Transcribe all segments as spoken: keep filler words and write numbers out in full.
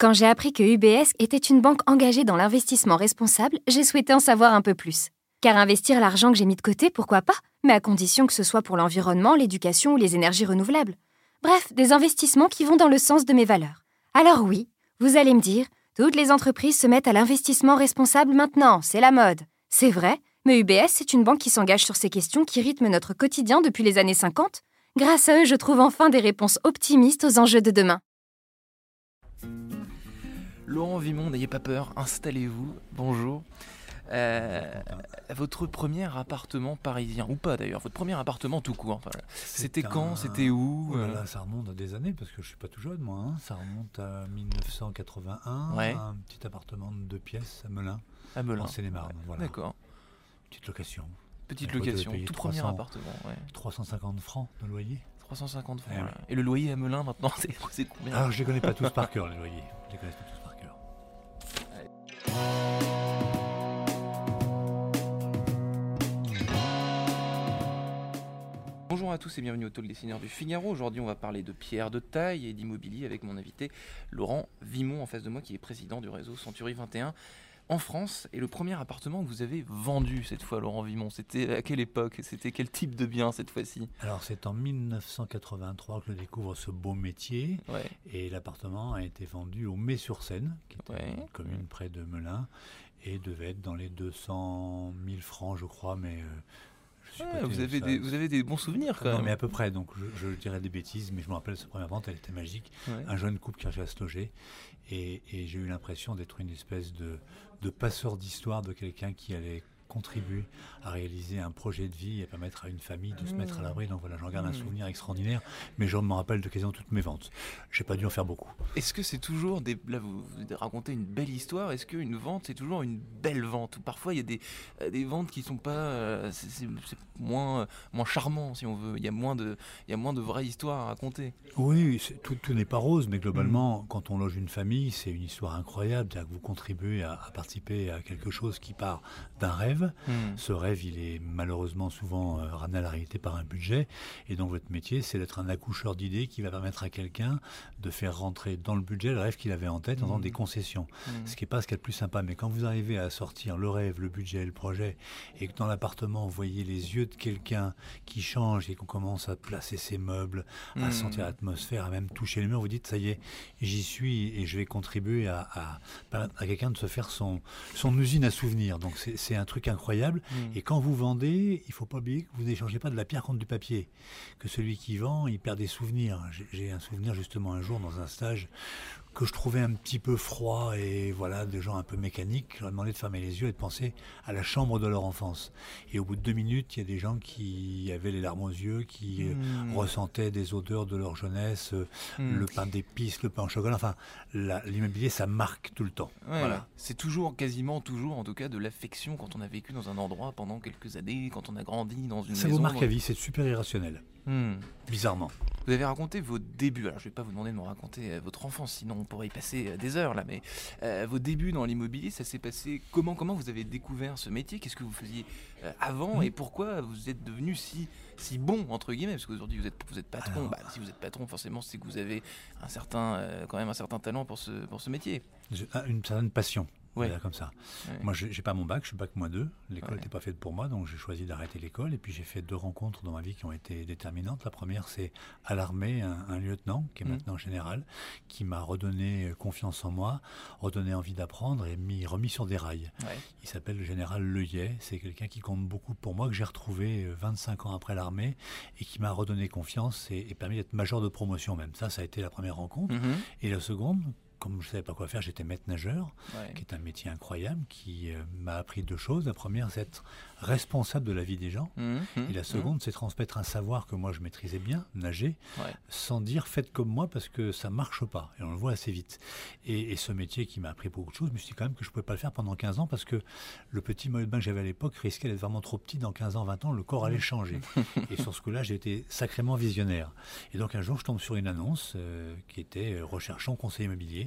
Quand j'ai appris que U B S était une banque engagée dans l'investissement responsable, j'ai souhaité en savoir un peu plus. Car investir l'argent que j'ai mis de côté, pourquoi pas, mais à condition que ce soit pour l'environnement, l'éducation ou les énergies renouvelables. Bref, des investissements qui vont dans le sens de mes valeurs. Alors oui, vous allez me dire, toutes les entreprises se mettent à l'investissement responsable maintenant, c'est la mode. C'est vrai, mais U B S, c'est une banque qui s'engage sur ces questions qui rythment notre quotidien depuis les années cinquante. Grâce à eux, je trouve enfin des réponses optimistes aux enjeux de demain. Laurent Vimont, n'ayez pas peur, installez-vous, bonjour. Euh, votre premier appartement parisien, ou pas d'ailleurs, votre premier appartement tout court, enfin, c'était un... quand, c'était où? Oh là là, ça remonte à des années, parce que je suis pas tout jeune moi, hein. Ça remonte à dix-neuf cent quatre-vingt-un, ouais. Un petit appartement de deux pièces à Melun, à Melun. en Seine-et-Marne. Ouais. Voilà. D'accord. Petite location. Petite location, tout trois cents, premier appartement. Ouais. trois cent cinquante francs de loyer. trois cent cinquante francs, ouais. Voilà. Et le loyer à Melun maintenant, c'est, c'est combien? Alors je les connais pas tous par cœur, les loyers, je les connais pas tous par cœur. Bonjour à tous et bienvenue au Talk Dessineur du Figaro. Aujourd'hui, on va parler de pierre de taille et d'immobilier avec mon invité Laurent Vimont en face de moi, qui est président du réseau Century vingt et un en France. Et le premier appartement que vous avez vendu cette fois, Laurent Vimont, c'était à quelle époque? C'était quel type de bien cette fois-ci? Alors c'est en dix-neuf cent quatre-vingt-trois que je découvre ce beau métier. Ouais. Et l'appartement a été vendu au Mets-sur-Seine, qui est ouais. une commune près de Melun, et devait être dans les deux cent mille francs, je crois, mais... Euh, Ouais, vous, avez des, vous avez des bons souvenirs quand non, même. Mais à peu près, donc je, je dirais des bêtises, mais je me rappelle cette première vente, elle était magique. Ouais. Un jeune couple qui cherchait à se loger, et, et j'ai eu l'impression d'être une espèce de, de passeur d'histoire de quelqu'un qui allait contribuer à réaliser un projet de vie et permettre à une famille de mmh. se mettre à l'abri. Donc voilà, j'en garde mmh. un souvenir extraordinaire, mais je me rappelle de quasiment toutes mes ventes. J'ai pas dû en faire beaucoup. Est-ce que c'est toujours des... Là, vous, vous racontez une belle histoire. Est-ce qu'une vente, c'est toujours une belle vente? Ou parfois, il y a des, euh, des ventes qui sont pas... Euh, c'est, c'est, c'est moins, euh, moins charmant, si on veut. Il y a moins de, il y a moins de vraies histoires à raconter. Oui, c'est, tout, tout n'est pas rose, mais globalement, mmh. quand on loge une famille, c'est une histoire incroyable. C'est-à-dire que vous contribuez à, à participer à quelque chose qui part d'un rêve. Mmh. Ce rêve, il est malheureusement souvent euh, ramené à la réalité par un budget. Et donc, votre métier, c'est d'être un accoucheur d'idées qui va permettre à quelqu'un de faire rentrer dans le budget le rêve qu'il avait en tête en faisant mmh. des concessions. Mmh. Ce qui n'est pas ce qu'il y a de plus sympa. Mais quand vous arrivez à sortir le rêve, le budget, le projet, et que dans l'appartement, vous voyez les yeux de quelqu'un qui change et qu'on commence à placer ses meubles, mmh. à sentir l'atmosphère, à même toucher les murs, vous dites, ça y est, j'y suis et je vais contribuer à, à, à quelqu'un de se faire son, son usine à souvenirs. Donc, c'est, c'est un truc incroyable. Mmh. Et quand vous vendez, il ne faut pas oublier que vous n'échangez pas de la pierre contre du papier. Que celui qui vend, il perd des souvenirs. J'ai, j'ai un souvenir justement un jour dans un stage que je trouvais un petit peu froid et voilà, des gens un peu mécaniques. Je leur ai demandé de fermer les yeux et de penser à la chambre de leur enfance. Et au bout de deux minutes, il y a des gens qui avaient les larmes aux yeux, qui mmh. ressentaient des odeurs de leur jeunesse, mmh. le pain d'épices, le pain au chocolat. Enfin, la, l'immobilier, ça marque tout le temps. Ouais, voilà. Ouais. C'est toujours, quasiment toujours, en tout cas, de l'affection quand on a vécu dans un endroit pendant quelques années, quand on a grandi dans une ça maison. Ça vous marque dans... à vie, c'est super irrationnel. Mmh. Bizarrement. Vous avez raconté vos débuts. Alors, je ne vais pas vous demander de me raconter euh, votre enfance, sinon on pourrait y passer euh, des heures là. Mais euh, vos débuts dans l'immobilier, ça s'est passé comment? Comment vous avez découvert ce métier? Qu'est-ce que vous faisiez euh, avant mmh. et pourquoi vous êtes devenu si si bon entre guillemets? Parce qu'aujourd'hui vous êtes vous êtes patron. Alors, bah, si vous êtes patron, forcément, c'est que vous avez un certain euh, quand même un certain talent pour ce pour ce métier. Une certaine passion. Ouais. Voilà, comme ça. Ouais. Moi, j'ai, j'ai pas mon bac, je suis bac moins deux. L'école n'était ouais. pas faite pour moi, donc j'ai choisi d'arrêter l'école. Et puis j'ai fait deux rencontres dans ma vie qui ont été déterminantes. La première, c'est à l'armée, un, un lieutenant qui est mmh. maintenant général, qui m'a redonné confiance en moi, redonné envie d'apprendre et mis, remis sur des rails. Ouais. Il s'appelle le général Leuillet. C'est quelqu'un qui compte beaucoup pour moi, que j'ai retrouvé vingt-cinq ans après l'armée et qui m'a redonné confiance et, et permis d'être major de promotion même. Ça, ça a été la première rencontre. Mmh. Et la seconde, comme je ne savais pas quoi faire, j'étais maître nageur, ouais. qui est un métier incroyable, qui euh, m'a appris deux choses. La première, c'est être responsable de la vie des gens. Mmh, mmh, et la seconde, mmh. c'est transmettre un savoir que moi, je maîtrisais bien, nager, ouais. sans dire « faites comme moi » parce que ça ne marche pas. Et on le voit assez vite. Et, et ce métier qui m'a appris beaucoup de choses, je me suis dit quand même que je ne pouvais pas le faire pendant quinze ans parce que le petit maillot de bain que j'avais à l'époque risquait d'être vraiment trop petit. Dans quinze ans, vingt ans, le corps allait changer. Et sur ce coup-là, j'ai été sacrément visionnaire. Et donc un jour, je tombe sur une annonce euh, qui était euh, « recherchons conseiller immobilier ».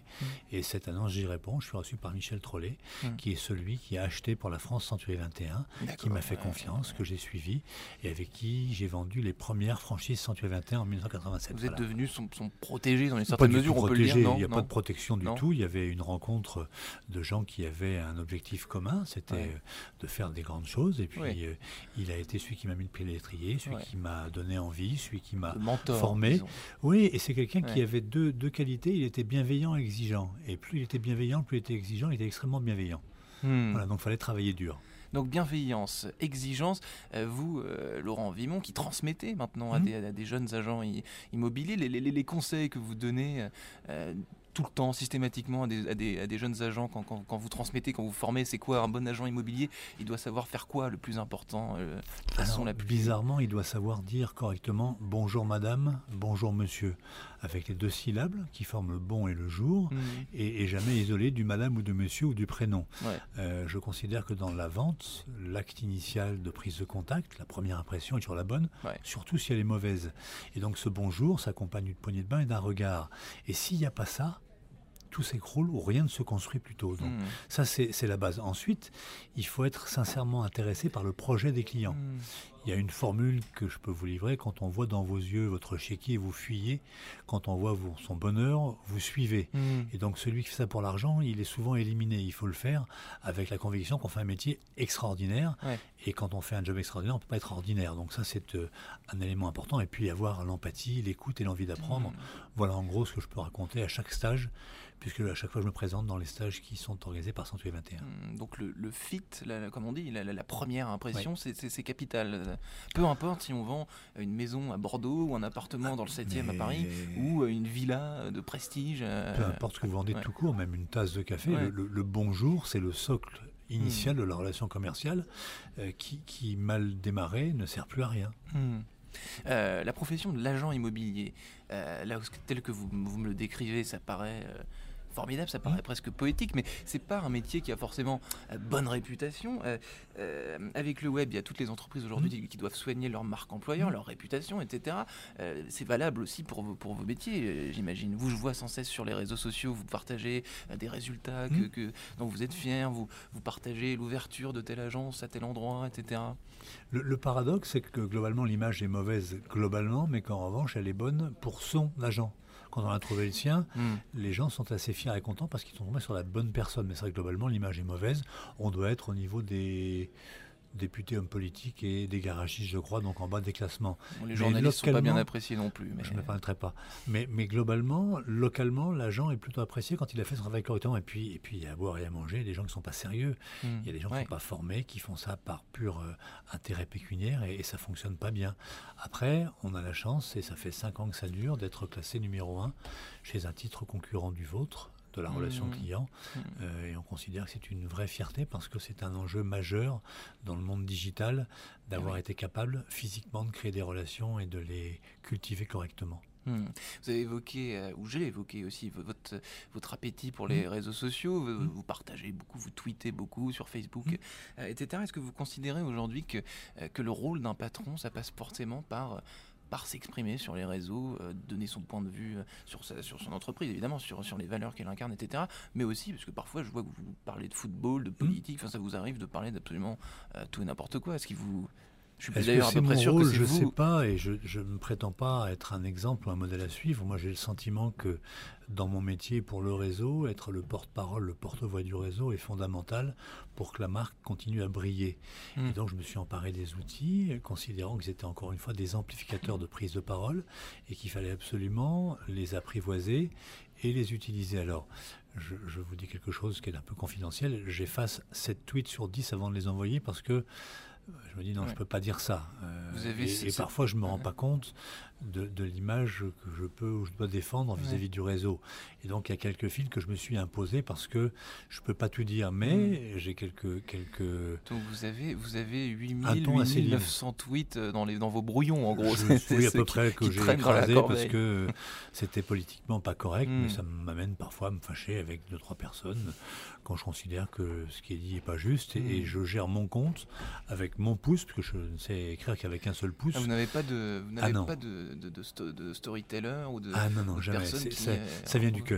Mmh. Et cette annonce, j'y réponds. Je suis reçu par Michel Trollet, mmh. qui est celui qui a acheté pour la France Century vingt et un, D'accord, qui m'a fait ouais, confiance, ouais. que j'ai suivi, et avec qui j'ai vendu les premières franchises Century vingt et un en dix-neuf cent quatre-vingt-sept. Vous voilà. êtes devenu son, son protégé dans une certaine mesure, on peut le dire, non ? Il n'y a non pas de protection du non tout. Il y avait une rencontre de gens qui avaient un objectif commun, c'était ouais. de faire des grandes choses. Et puis, ouais. euh, il a été celui qui m'a mis le pied à l'étrier, celui ouais. qui m'a donné envie, celui qui m'a mentor, formé. Disons. Oui, et c'est quelqu'un ouais. qui avait deux, deux qualités. Il était bienveillant et exigeant. Et plus il était bienveillant, plus il était exigeant. Il était extrêmement bienveillant. Hmm. Voilà, donc il fallait travailler dur. Donc bienveillance, exigence, euh, vous, euh, Laurent Vimont, qui transmettez maintenant à, mmh. des, à des jeunes agents i- immobiliers les, les, les conseils que vous donnez euh, tout le temps, systématiquement, à des, à des, à des jeunes agents, quand, quand, quand vous transmettez, quand vous formez, c'est quoi un bon agent immobilier ? Il doit savoir faire quoi, le plus important euh, de façon Alors, la plus... Bizarrement, il doit savoir dire correctement « bonjour madame »,« bonjour monsieur », avec les deux syllabes qui forment le bon et le jour, mmh. et, et jamais isolé du madame ou du monsieur ou du prénom. Ouais. Euh, je considère que dans la vente, l'acte initial de prise de contact, la première impression est toujours la bonne, ouais. surtout si elle est mauvaise. Et donc ce bonjour s'accompagne d'une poignée de main et d'un regard. Et s'il n'y a pas ça, tout s'écroule ou rien ne se construit plutôt. Donc, mmh. ça, c'est, c'est la base. Ensuite, il faut être sincèrement intéressé par le projet des clients. Mmh. Il y a une formule que je peux vous livrer. Quand on voit dans vos yeux votre chéquier, vous fuyez. Quand on voit vous, son bonheur, vous suivez. Mmh. Et donc, celui qui fait ça pour l'argent, il est souvent éliminé. Il faut le faire avec la conviction qu'on fait un métier extraordinaire. Ouais. Et quand on fait un job extraordinaire, on ne peut pas être ordinaire. Donc ça, c'est euh, un élément important. Et puis, avoir l'empathie, l'écoute et l'envie d'apprendre. Mmh. Voilà, en gros, ce que je peux raconter à chaque stage, puisque à chaque fois je me présente dans les stages qui sont organisés par Century vingt et un. Donc le, le fit, la, comme on dit, la, la, la première impression, ouais. c'est, c'est, c'est capital. Peu importe si on vend une maison à Bordeaux ou un appartement ah, dans le septième à Paris ou une villa de prestige. Euh, Peu importe ce que vous vendez ouais. tout court, même une tasse de café, ouais. le, le, le bonjour, c'est le socle initial mmh. de la relation commerciale euh, qui, qui, mal démarré, ne sert plus à rien. Mmh. Euh, la profession de l'agent immobilier, euh, là, tel que vous, vous me le décrivez, ça paraît... Euh, formidable, ça paraît mmh. presque poétique, mais c'est pas un métier qui a forcément euh, bonne réputation. Euh, euh, avec le web, il y a toutes les entreprises aujourd'hui mmh. qui doivent soigner leur marque employeur, mmh. leur réputation, et cetera. Euh, c'est valable aussi pour vos, pour vos métiers, euh, j'imagine. Vous, je vois sans cesse sur les réseaux sociaux, vous partagez euh, des résultats que, mmh. que, dont vous êtes fiers, vous, vous partagez l'ouverture de telle agence à tel endroit, et cetera. Le, le paradoxe, c'est que globalement, l'image est mauvaise globalement, mais qu'en revanche, elle est bonne pour son agent. Quand on a trouvé le sien, mmh. les gens sont assez fiers et contents parce qu'ils sont tombés sur la bonne personne. Mais c'est vrai que globalement, l'image est mauvaise. On doit être au niveau des députés, hommes politiques et des garagistes, je crois, donc en bas des classements. Bon, les journalistes ne sont pas bien appréciés non plus. Mais... Je ne me parlerai pas. Mais, mais globalement, localement, l'agent est plutôt apprécié quand il a fait son travail correctement. Et puis, et puis il y a à boire et à manger, il y a des gens qui ne sont pas sérieux. Mmh. Il y a des gens ouais. qui ne sont pas formés, qui font ça par pur euh, intérêt pécuniaire et, et ça ne fonctionne pas bien. Après, on a la chance, et ça fait cinq ans que ça dure, d'être classé numéro un chez un titre concurrent du vôtre, de la relation mmh. client, mmh. Euh, et on considère que c'est une vraie fierté parce que c'est un enjeu majeur dans le monde digital d'avoir oui. été capable physiquement de créer des relations et de les cultiver correctement. Mmh. Vous avez évoqué, euh, ou j'ai évoqué aussi, votre, votre appétit pour les mmh. réseaux sociaux, vous, mmh. vous partagez beaucoup, vous tweetez beaucoup sur Facebook, mmh. euh, et cetera. Est-ce que vous considérez aujourd'hui que, euh, que le rôle d'un patron, ça passe forcément par... Euh, par s'exprimer sur les réseaux, euh, donner son point de vue euh, sur, sa, sur son entreprise, évidemment, sur, sur les valeurs qu'elle incarne, et cetera. Mais aussi, parce que parfois, je vois que vous parlez de football, de politique, enfin, mmh. ça vous arrive de parler d'absolument euh, tout et n'importe quoi. Est-ce qu'il vous... Je suis Est-ce d'ailleurs que à peu près sûr rôle, que c'est je vous. Je ne sais pas, et je ne me prétends pas être un exemple ou un modèle à suivre. Moi, j'ai le sentiment que dans mon métier pour le réseau, être le porte-parole, le porte-voix du réseau est fondamental pour que la marque continue à briller. Mmh. Et donc, je me suis emparé des outils, considérant qu'ils étaient encore une fois des amplificateurs de prise de parole et qu'il fallait absolument les apprivoiser et les utiliser. Alors, je, je vous dis quelque chose qui est un peu confidentiel. J'efface sept tweets sur dix avant de les envoyer parce que je me dis non, ouais. je ne peux pas dire ça. Euh, Vous avez et, et parfois, je ne me rends ouais. pas compte de, de l'image que je peux ou je dois défendre vis-à-vis ouais. du réseau. Et donc, il y a quelques fils que je me suis imposé parce que je ne peux pas tout dire, mais mmh. j'ai quelques, quelques... Donc, vous avez, vous avez huit mille neuf cents tweets dans, les, dans vos brouillons, en gros. Je, c'est oui, à peu près qui, que qui j'ai écrasé parce que c'était politiquement pas correct, mmh. mais ça m'amène parfois à me fâcher avec deux, trois personnes quand je considère que ce qui est dit n'est pas juste. Mmh. Et je gère mon compte avec mon pouce, parce que je ne sais écrire qu'avec un seul pouce. Ah, vous n'avez pas de, vous n'avez ah, pas de, de, de, sto- de storyteller ou de Ah non, non, jamais. C'est, qui, ça, euh, ça vient du cœur.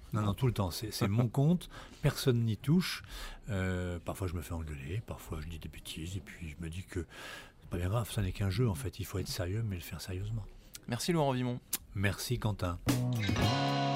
Non, non, tout le temps. C'est, c'est mon compte, personne n'y touche. Euh, parfois, je me fais engueuler, parfois, je dis des bêtises, et puis je me dis que c'est pas bien grave, ça n'est qu'un jeu, en fait. Il faut être sérieux, mais le faire sérieusement. Merci Laurent Vimont. Merci Quentin.